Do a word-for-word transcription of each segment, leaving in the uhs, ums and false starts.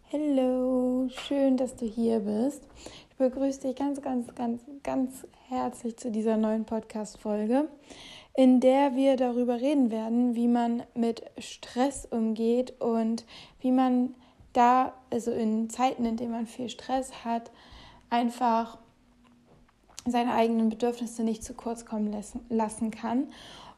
Hallo, schön, dass du hier bist. Ich begrüße dich ganz, ganz, ganz, ganz herzlich zu dieser neuen Podcast-Folge, in der wir darüber reden werden, wie man mit Stress umgeht und wie man da, also in Zeiten, in denen man viel Stress hat, einfach seine eigenen Bedürfnisse nicht zu kurz kommen lassen kann.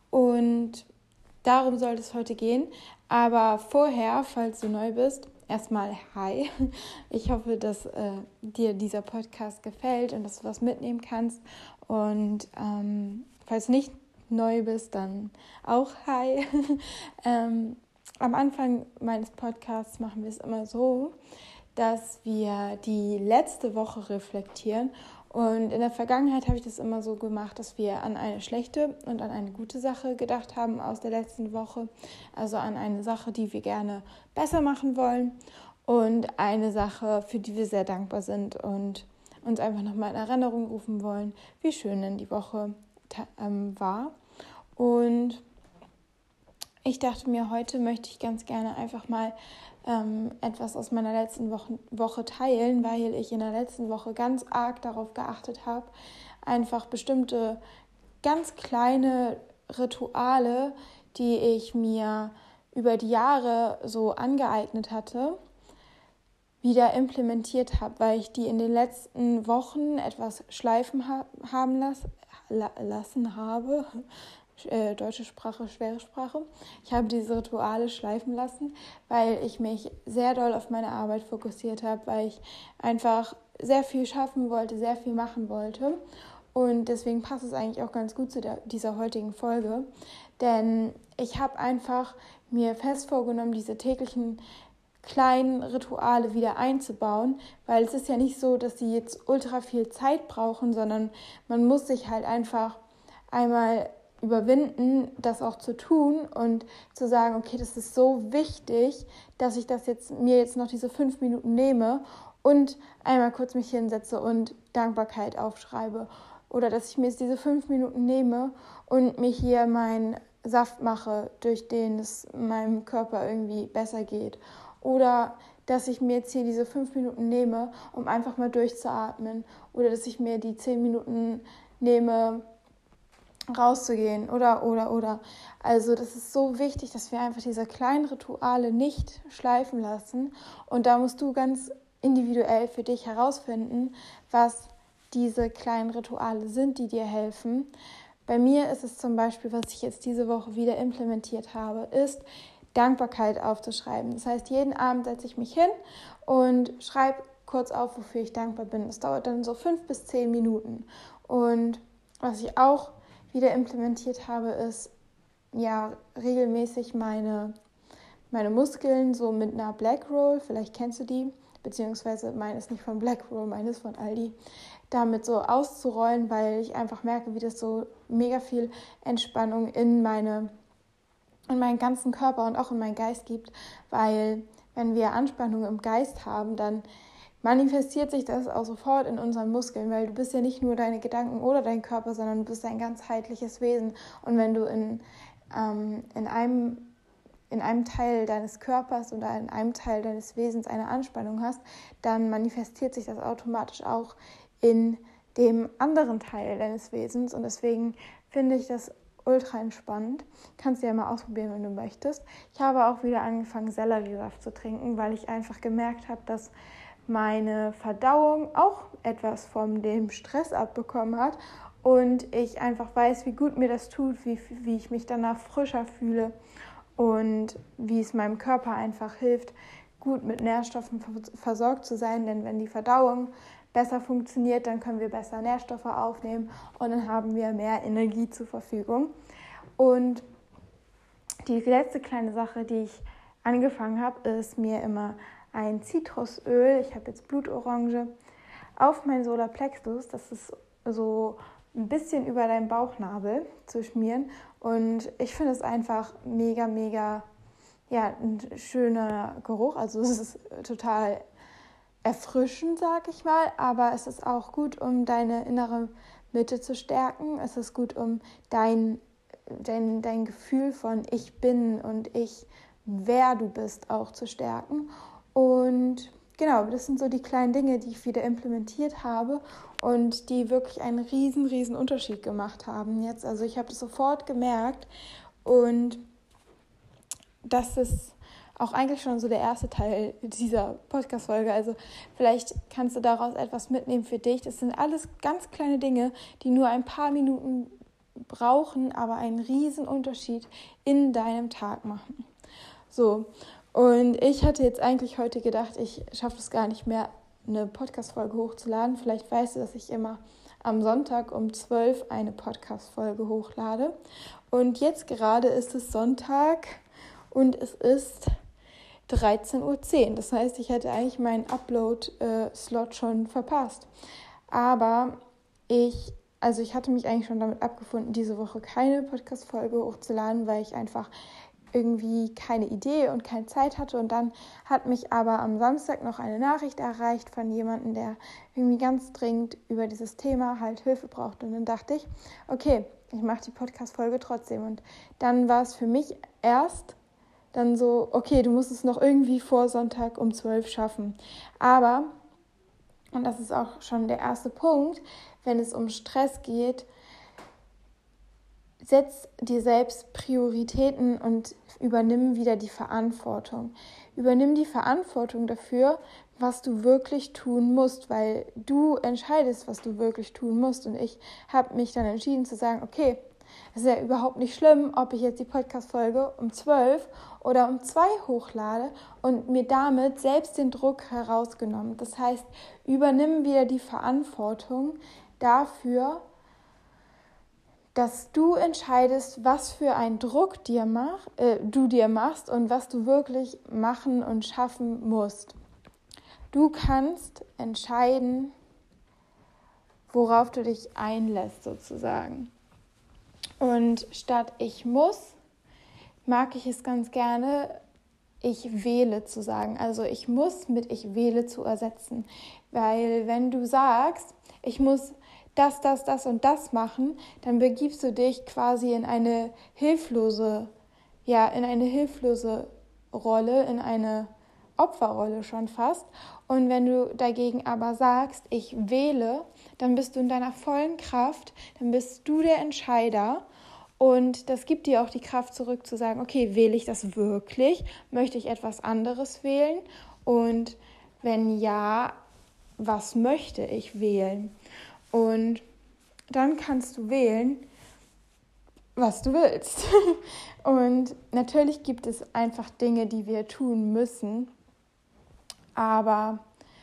Und darum soll es heute gehen. Aber vorher, falls du neu bist, erstmal hi. Ich hoffe, dass äh, dir dieser Podcast gefällt und dass du was mitnehmen kannst. Und ähm, falls du nicht neu bist, dann auch hi. ähm, am Anfang meines Podcasts machen wir es immer so, dass wir die letzte Woche reflektieren. Und in der Vergangenheit habe ich das immer so gemacht, dass wir an eine schlechte und an eine gute Sache gedacht haben aus der letzten Woche. Also an eine Sache, die wir gerne besser machen wollen und eine Sache, für die wir sehr dankbar sind und uns einfach nochmal in Erinnerung rufen wollen, wie schön denn die Woche ähm, war. Und ich dachte mir, heute möchte ich ganz gerne einfach mal ähm, etwas aus meiner letzten Woche, Woche teilen, weil ich in der letzten Woche ganz arg darauf geachtet habe, einfach bestimmte ganz kleine Rituale, die ich mir über die Jahre so angeeignet hatte, wieder implementiert habe, weil ich die in den letzten Wochen etwas schleifen ha- haben las- la- lassen habe. Äh, deutsche Sprache, schwere Sprache. Ich habe diese Rituale schleifen lassen, weil ich mich sehr doll auf meine Arbeit fokussiert habe, weil ich einfach sehr viel schaffen wollte, sehr viel machen wollte. Und deswegen passt es eigentlich auch ganz gut zu der, dieser heutigen Folge, denn ich habe einfach mir fest vorgenommen, diese täglichen kleinen Rituale wieder einzubauen, weil es ist ja nicht so, dass sie jetzt ultra viel Zeit brauchen, sondern man muss sich halt einfach einmal überwinden, das auch zu tun und zu sagen, okay, das ist so wichtig, dass ich das jetzt mir jetzt noch diese fünf Minuten nehme und einmal kurz mich hinsetze und Dankbarkeit aufschreibe. Oder dass ich mir jetzt diese fünf Minuten nehme und mir hier meinen Saft mache, durch den es meinem Körper irgendwie besser geht. Oder dass ich mir jetzt hier diese fünf Minuten nehme, um einfach mal durchzuatmen. Oder dass ich mir die zehn Minuten nehme, rauszugehen oder, oder, oder. Also das ist so wichtig, dass wir einfach diese kleinen Rituale nicht schleifen lassen. Und da musst du ganz individuell für dich herausfinden, was diese kleinen Rituale sind, die dir helfen. Bei mir ist es zum Beispiel, was ich jetzt diese Woche wieder implementiert habe, ist Dankbarkeit aufzuschreiben. Das heißt, jeden Abend setze ich mich hin und schreibe kurz auf, wofür ich dankbar bin. Das dauert dann so fünf bis zehn Minuten. Und was ich auch wieder implementiert habe, ist ja regelmäßig meine, meine Muskeln so mit einer Black Roll, vielleicht kennst du die, beziehungsweise meine ist nicht von Black Roll, meine ist von Aldi, damit so auszurollen, weil ich einfach merke, wie das so mega viel Entspannung in meine in meinen ganzen Körper und auch in meinen Geist gibt, weil wenn wir Anspannung im Geist haben, dann manifestiert sich das auch sofort in unseren Muskeln, weil du bist ja nicht nur deine Gedanken oder dein Körper, sondern du bist ein ganzheitliches Wesen. Und wenn du in, ähm, in, einem, in einem Teil deines Körpers oder in einem Teil deines Wesens eine Anspannung hast, dann manifestiert sich das automatisch auch in dem anderen Teil deines Wesens. Und deswegen finde ich das ultra entspannt. Kannst du ja mal ausprobieren, wenn du möchtest. Ich habe auch wieder angefangen, Selleriesaft zu trinken, weil ich einfach gemerkt habe, dass meine Verdauung auch etwas von dem Stress abbekommen hat und ich einfach weiß, wie gut mir das tut, wie, wie ich mich danach frischer fühle und wie es meinem Körper einfach hilft, gut mit Nährstoffen versorgt zu sein, denn wenn die Verdauung besser funktioniert, dann können wir besser Nährstoffe aufnehmen und dann haben wir mehr Energie zur Verfügung. Und die letzte kleine Sache, die ich angefangen habe, ist mir immer ein Zitrusöl, ich habe jetzt Blutorange, auf meinen Solarplexus, das ist so ein bisschen über deinen Bauchnabel zu schmieren. Und ich finde es einfach mega, mega, ja, ein schöner Geruch. Also es ist total erfrischend, sag ich mal, aber es ist auch gut, um deine innere Mitte zu stärken. Es ist gut, um dein, dein, dein Gefühl von ich bin und ich, wer du bist, auch zu stärken. Und genau, das sind so die kleinen Dinge, die ich wieder implementiert habe und die wirklich einen riesen, riesen Unterschied gemacht haben jetzt. Also ich habe das sofort gemerkt und das ist auch eigentlich schon so der erste Teil dieser Podcast-Folge. Also vielleicht kannst du daraus etwas mitnehmen für dich. Das sind alles ganz kleine Dinge, die nur ein paar Minuten brauchen, aber einen riesen Unterschied in deinem Tag machen. So, und ich hatte jetzt eigentlich heute gedacht, ich schaffe es gar nicht mehr, eine Podcast-Folge hochzuladen. Vielleicht weißt du, dass ich immer am Sonntag um zwölf eine Podcast-Folge hochlade. Und jetzt gerade ist es Sonntag und es ist dreizehn Uhr zehn. Das heißt, ich hätte eigentlich meinen Upload-Slot schon verpasst. Aber ich, also ich hatte mich eigentlich schon damit abgefunden, diese Woche keine Podcast-Folge hochzuladen, weil ich einfach irgendwie keine Idee und keine Zeit hatte. Und dann hat mich aber am Samstag noch eine Nachricht erreicht von jemandem, der irgendwie ganz dringend über dieses Thema halt Hilfe braucht. Und dann dachte ich, okay, ich mache die Podcast-Folge trotzdem. Und dann war es für mich erst dann so, okay, du musst es noch irgendwie vor Sonntag um zwölf schaffen. Aber, und das ist auch schon der erste Punkt, wenn es um Stress geht, setz dir selbst Prioritäten und übernimm wieder die Verantwortung. Übernimm die Verantwortung dafür, was du wirklich tun musst, weil du entscheidest, was du wirklich tun musst. Und ich habe mich dann entschieden zu sagen, okay, es ist ja überhaupt nicht schlimm, ob ich jetzt die Podcast-Folge um zwölf oder um zwei hochlade und mir damit selbst den Druck herausgenommen. Das heißt, übernimm wieder die Verantwortung dafür, dass du entscheidest, was für einen Druck dir mach, äh, du dir machst und was du wirklich machen und schaffen musst. Du kannst entscheiden, worauf du dich einlässt sozusagen. Und statt ich muss, mag ich es ganz gerne, ich wähle zu sagen. Also ich muss mit ich wähle zu ersetzen. Weil wenn du sagst, ich muss das, das, das und das machen, dann begibst du dich quasi in eine hilflose, ja, in eine hilflose Rolle, in eine Opferrolle schon fast. Und wenn du dagegen aber sagst, ich wähle, dann bist du in deiner vollen Kraft, dann bist du der Entscheider. Und das gibt dir auch die Kraft zurück zu sagen, okay, wähle ich das wirklich? Möchte ich etwas anderes wählen? Und wenn ja, was möchte ich wählen? Und dann kannst du wählen, was du willst. Und natürlich gibt es einfach Dinge, die wir tun müssen. Aber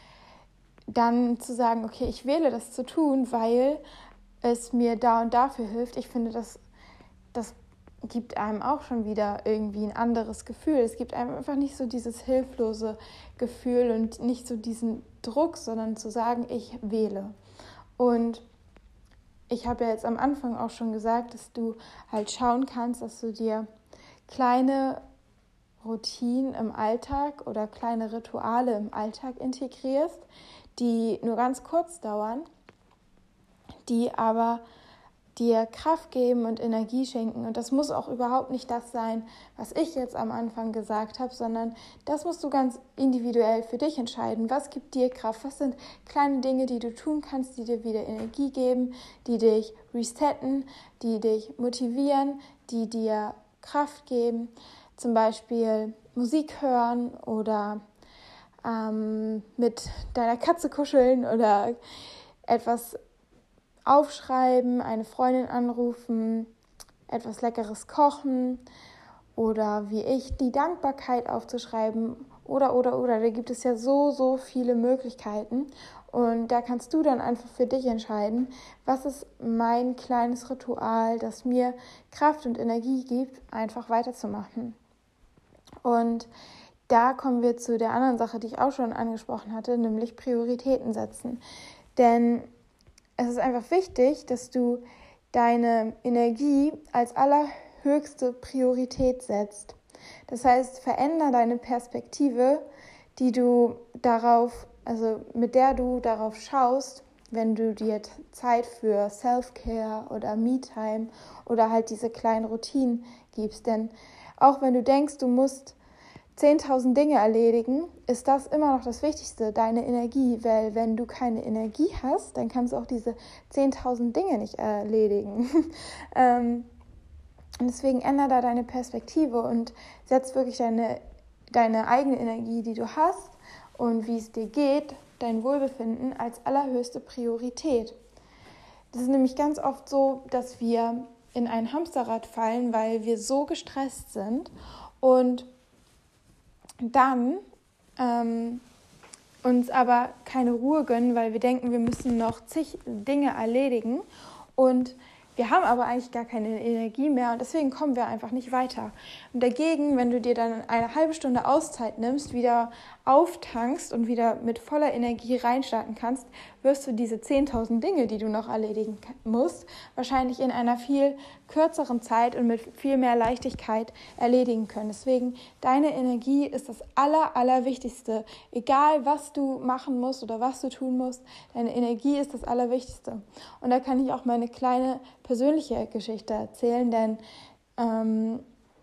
dann zu sagen, okay, ich wähle das zu tun, weil es mir da und dafür hilft, ich finde, das das gibt einem auch schon wieder irgendwie ein anderes Gefühl. Es gibt einem einfach nicht so dieses hilflose Gefühl und nicht so diesen Druck, sondern zu sagen, ich wähle. Und ich habe ja jetzt am Anfang auch schon gesagt, dass du halt schauen kannst, dass du dir kleine Routinen im Alltag oder kleine Rituale im Alltag integrierst, die nur ganz kurz dauern, die aber dir Kraft geben und Energie schenken. Und das muss auch überhaupt nicht das sein, was ich jetzt am Anfang gesagt habe, sondern das musst du ganz individuell für dich entscheiden. Was gibt dir Kraft? Was sind kleine Dinge, die du tun kannst, die dir wieder Energie geben, die dich resetten, die dich motivieren, die dir Kraft geben? Zum Beispiel Musik hören oder ähm, mit deiner Katze kuscheln oder etwas aufschreiben, eine Freundin anrufen, etwas Leckeres kochen oder wie ich, die Dankbarkeit aufzuschreiben oder, oder, oder. Da gibt es ja so, so viele Möglichkeiten und da kannst du dann einfach für dich entscheiden, was ist mein kleines Ritual, das mir Kraft und Energie gibt, einfach weiterzumachen. Und da kommen wir zu der anderen Sache, die ich auch schon angesprochen hatte, nämlich Prioritäten setzen. Denn es ist einfach wichtig, dass du deine Energie als allerhöchste Priorität setzt. Das heißt, veränder deine Perspektive, die du darauf, also mit der du darauf schaust, wenn du dir Zeit für Self-Care oder Me-Time oder halt diese kleinen Routinen gibst. Denn auch wenn du denkst, du musst zehntausend Dinge erledigen, ist das immer noch das Wichtigste, deine Energie, weil wenn du keine Energie hast, dann kannst du auch diese zehntausend Dinge nicht erledigen. ähm, und deswegen ändere da deine Perspektive und setz wirklich deine, deine eigene Energie, die du hast und wie es dir geht, dein Wohlbefinden als allerhöchste Priorität. Das ist nämlich ganz oft so, dass wir in ein Hamsterrad fallen, weil wir so gestresst sind und dann ähm, uns aber keine Ruhe gönnen, weil wir denken, wir müssen noch zig Dinge erledigen und wir haben aber eigentlich gar keine Energie mehr und deswegen kommen wir einfach nicht weiter. Und dagegen, wenn du dir dann eine halbe Stunde Auszeit nimmst, wieder auftankst und wieder mit voller Energie reinstarten kannst, wirst du diese zehntausend Dinge, die du noch erledigen musst, wahrscheinlich in einer viel kürzeren Zeit und mit viel mehr Leichtigkeit erledigen können. Deswegen, deine Energie ist das Aller, Allerwichtigste. Egal, was du machen musst oder was du tun musst, deine Energie ist das Allerwichtigste. Und da kann ich auch meine kleine persönliche Geschichte erzählen, denn ähm,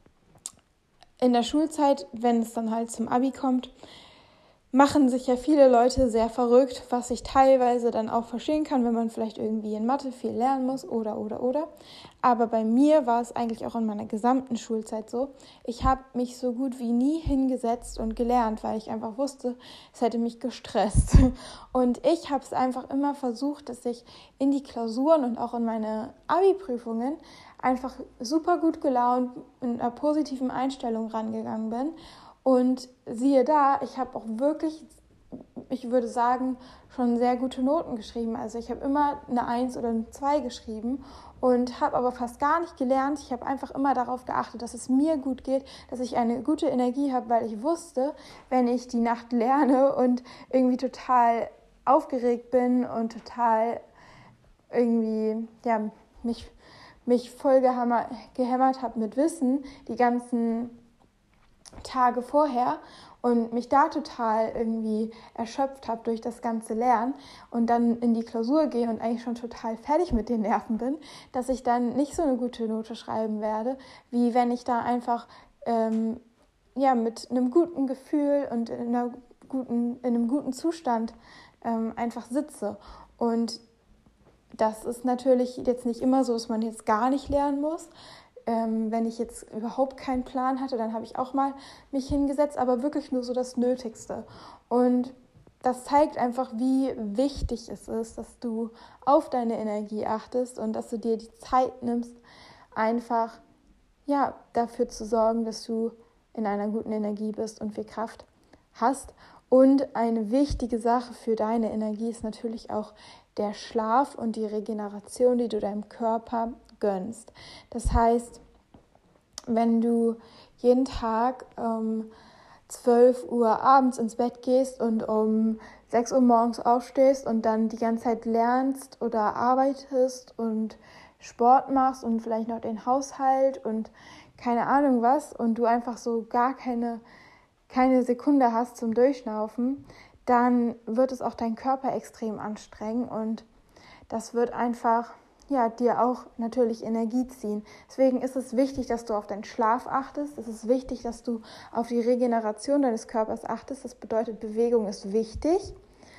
in der Schulzeit, wenn es dann halt zum Abi kommt, machen sich ja viele Leute sehr verrückt, was ich teilweise dann auch verstehen kann, wenn man vielleicht irgendwie in Mathe viel lernen muss oder, oder, oder. Aber bei mir war es eigentlich auch in meiner gesamten Schulzeit so. Ich habe mich so gut wie nie hingesetzt und gelernt, weil ich einfach wusste, es hätte mich gestresst. Und ich habe es einfach immer versucht, dass ich in die Klausuren und auch in meine Abi-Prüfungen einfach super gut gelaunt mit einer positiven Einstellung rangegangen bin. Und siehe da, ich habe auch wirklich, ich würde sagen, schon sehr gute Noten geschrieben. Also ich habe immer eine eins oder eine zwei geschrieben und habe aber fast gar nicht gelernt. Ich habe einfach immer darauf geachtet, dass es mir gut geht, dass ich eine gute Energie habe, weil ich wusste, wenn ich die Nacht lerne und irgendwie total aufgeregt bin und total irgendwie, ja, mich, mich voll gehämmert, gehämmert habe mit Wissen, die ganzen Tage vorher und mich da total irgendwie erschöpft habe durch das ganze Lernen und dann in die Klausur gehe und eigentlich schon total fertig mit den Nerven bin, dass ich dann nicht so eine gute Note schreiben werde, wie wenn ich da einfach ähm, ja, mit einem guten Gefühl und in, einer guten, in einem guten Zustand ähm, einfach sitze. Und das ist natürlich jetzt nicht immer so, dass man jetzt gar nicht lernen muss. Ähm, wenn ich jetzt überhaupt keinen Plan hatte, dann habe ich auch mal mich hingesetzt, aber wirklich nur so das Nötigste. Und das zeigt einfach, wie wichtig es ist, dass du auf deine Energie achtest und dass du dir die Zeit nimmst, einfach ja, dafür zu sorgen, dass du in einer guten Energie bist und viel Kraft hast. Und eine wichtige Sache für deine Energie ist natürlich auch der Schlaf und die Regeneration, die du deinem Körper gönnst. Das heißt, wenn du jeden Tag um zwölf Uhr abends ins Bett gehst und um sechs Uhr morgens aufstehst und dann die ganze Zeit lernst oder arbeitest und Sport machst und vielleicht noch den Haushalt und keine Ahnung was und du einfach so gar keine, keine Sekunde hast zum Durchschnaufen, dann wird es auch deinen Körper extrem anstrengen und das wird einfach ja, dir auch natürlich Energie ziehen. Deswegen ist es wichtig, dass du auf deinen Schlaf achtest. Es ist wichtig, dass du auf die Regeneration deines Körpers achtest. Das bedeutet, Bewegung ist wichtig.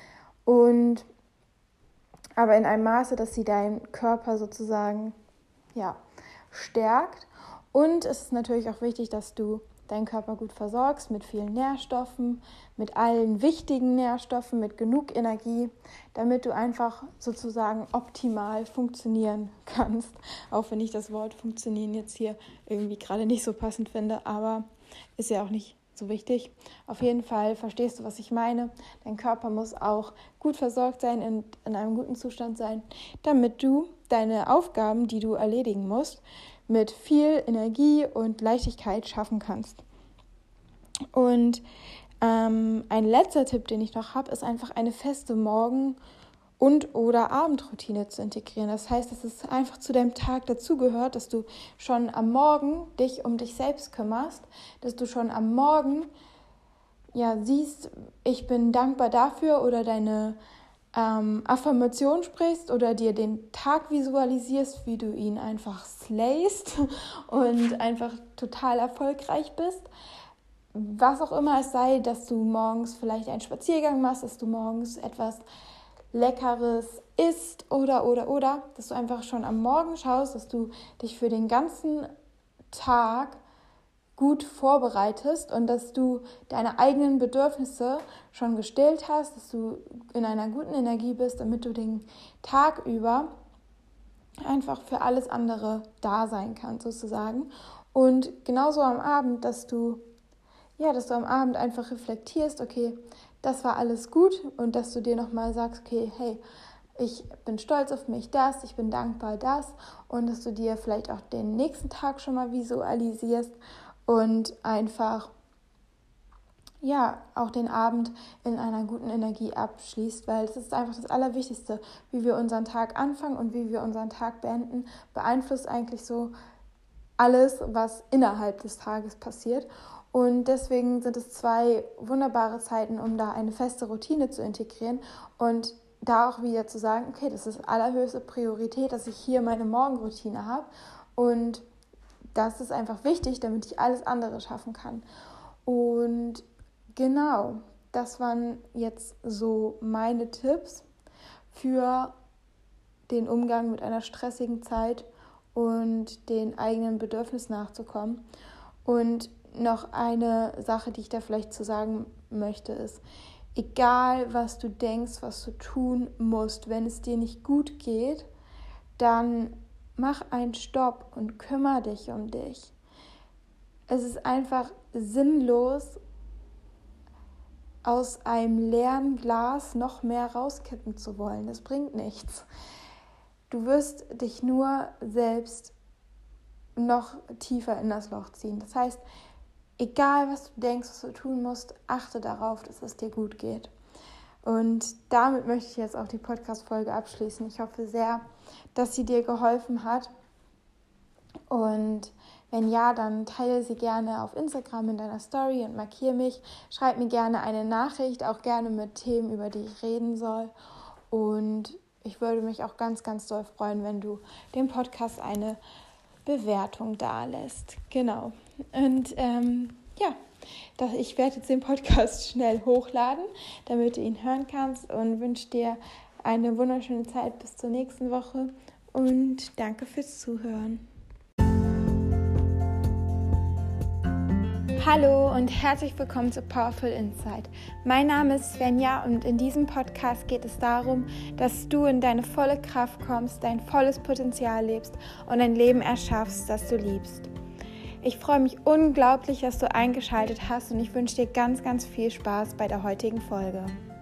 Und aber in einem Maße, dass sie deinen Körper sozusagen ja, stärkt. Und es ist natürlich auch wichtig, dass du deinen Körper gut versorgst mit vielen Nährstoffen, mit allen wichtigen Nährstoffen, mit genug Energie, damit du einfach sozusagen optimal funktionieren kannst. Auch wenn ich das Wort funktionieren jetzt hier irgendwie gerade nicht so passend finde, aber ist ja auch nicht so wichtig. Auf jeden Fall verstehst du, was ich meine. Dein Körper muss auch gut versorgt sein und in einem guten Zustand sein, damit du deine Aufgaben, die du erledigen musst, mit viel Energie und Leichtigkeit schaffen kannst. Und ähm, ein letzter Tipp, den ich noch habe, ist einfach eine feste Morgen- und oder Abendroutine zu integrieren. Das heißt, dass es einfach zu deinem Tag dazugehört, dass du schon am Morgen dich um dich selbst kümmerst, dass du schon am Morgen ja siehst, ich bin dankbar dafür oder deine ähm, Affirmation sprichst oder dir den Tag visualisierst, wie du ihn einfach slayst und einfach total erfolgreich bist, was auch immer es sei, dass du morgens vielleicht einen Spaziergang machst, dass du morgens etwas Leckeres isst oder, oder, oder, dass du einfach schon am Morgen schaust, dass du dich für den ganzen Tag gut vorbereitest und dass du deine eigenen Bedürfnisse schon gestillt hast, dass du in einer guten Energie bist, damit du den Tag über einfach für alles andere da sein kannst, sozusagen. Und genauso am Abend, dass du, ja, dass du am Abend einfach reflektierst, okay, das war alles gut, und dass du dir nochmal sagst, okay, hey, ich bin stolz auf mich, das, ich bin dankbar, das, und dass du dir vielleicht auch den nächsten Tag schon mal visualisierst und einfach, ja, auch den Abend in einer guten Energie abschließt, weil es ist einfach das Allerwichtigste, wie wir unseren Tag anfangen und wie wir unseren Tag beenden, beeinflusst eigentlich so alles, was innerhalb des Tages passiert. Und deswegen sind es zwei wunderbare Zeiten, um da eine feste Routine zu integrieren und da auch wieder zu sagen, okay, das ist allerhöchste Priorität, dass ich hier meine Morgenroutine habe, und das ist einfach wichtig, damit ich alles andere schaffen kann. Und genau, das waren jetzt so meine Tipps für den Umgang mit einer stressigen Zeit und den eigenen Bedürfnissen nachzukommen. Und noch eine Sache, die ich da vielleicht zu sagen möchte, ist, egal was du denkst, was du tun musst, wenn es dir nicht gut geht, dann mach einen Stopp und kümmere dich um dich. Es ist einfach sinnlos, aus einem leeren Glas noch mehr rauskippen zu wollen. Das bringt nichts. Du wirst dich nur selbst noch tiefer in das Loch ziehen. Das heißt, egal was du denkst, was du tun musst, achte darauf, dass es dir gut geht. Und damit möchte ich jetzt auch die Podcast-Folge abschließen. Ich hoffe sehr, dass sie dir geholfen hat. Und wenn ja, dann teile sie gerne auf Instagram in deiner Story und markiere mich. Schreib mir gerne eine Nachricht, auch gerne mit Themen, über die ich reden soll. Und ich würde mich auch ganz, ganz doll freuen, wenn du dem Podcast eine Bewertung dalässt. Genau. Und ähm, ja, das, ich werde jetzt den Podcast schnell hochladen, damit du ihn hören kannst, und wünsche dir eine wunderschöne Zeit bis zur nächsten Woche und danke fürs Zuhören. Hallo und herzlich willkommen zu Powerful Insight. Mein Name ist Svenja und in diesem Podcast geht es darum, dass du in deine volle Kraft kommst, dein volles Potenzial lebst und ein Leben erschaffst, das du liebst. Ich freue mich unglaublich, dass du eingeschaltet hast, und ich wünsche dir ganz, ganz viel Spaß bei der heutigen Folge.